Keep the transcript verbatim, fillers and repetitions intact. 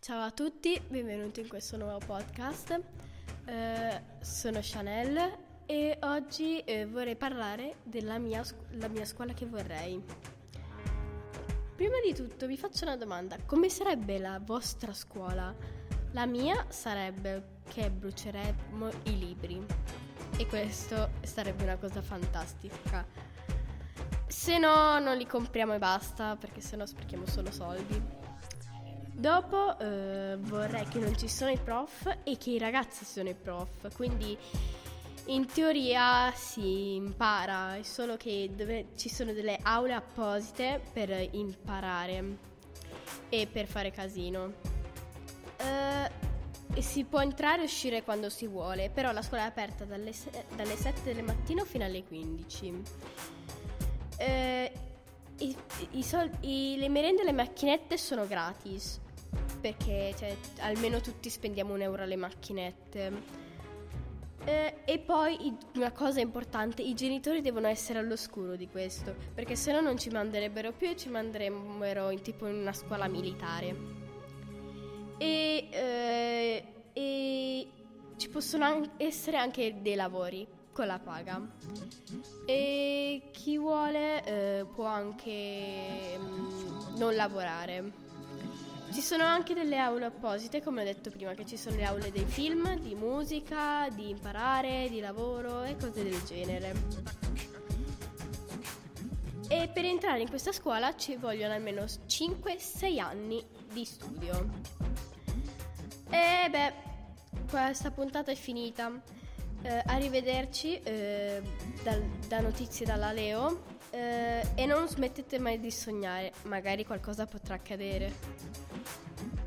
Ciao a tutti, benvenuti in questo nuovo podcast. Eh, sono Chanel e oggi eh, vorrei parlare della mia, la mia scuola che vorrei. Prima di tutto vi faccio una domanda: come sarebbe la vostra scuola? La mia sarebbe che bruceremmo i libri e questo sarebbe una cosa fantastica. Se no non li compriamo e basta, perché se no sprechiamo solo soldi. Dopo eh, vorrei che non ci sono i prof e che i ragazzi siano i prof, quindi in teoria si impara, è solo che dove ci sono delle aule apposite per imparare e per fare casino. Eh, e si può entrare e uscire quando si vuole, però la scuola è aperta dalle, se- dalle sette del mattino fino alle quindici. Eh, i, i soldi, i, le merende e le macchinette sono gratis, perché cioè, almeno tutti spendiamo un euro alle macchinette. Eh, e poi una cosa importante: i genitori devono essere all'oscuro di questo, perché se no non ci manderebbero più e ci manderebbero in, tipo in una scuola militare. E, eh, e ci possono an- essere anche dei lavori con la paga, e chi vuole eh, può anche mh, non lavorare. Ci sono anche delle aule apposite, come ho detto prima, che ci sono le aule dei film, di musica, di imparare, di lavoro e cose del genere. E per entrare in questa scuola ci vogliono almeno cinque sei anni di studio. E beh, questa puntata è finita. Eh, arrivederci eh, da, da notizie dalla Leo eh, e non smettete mai di sognare, magari qualcosa potrà accadere.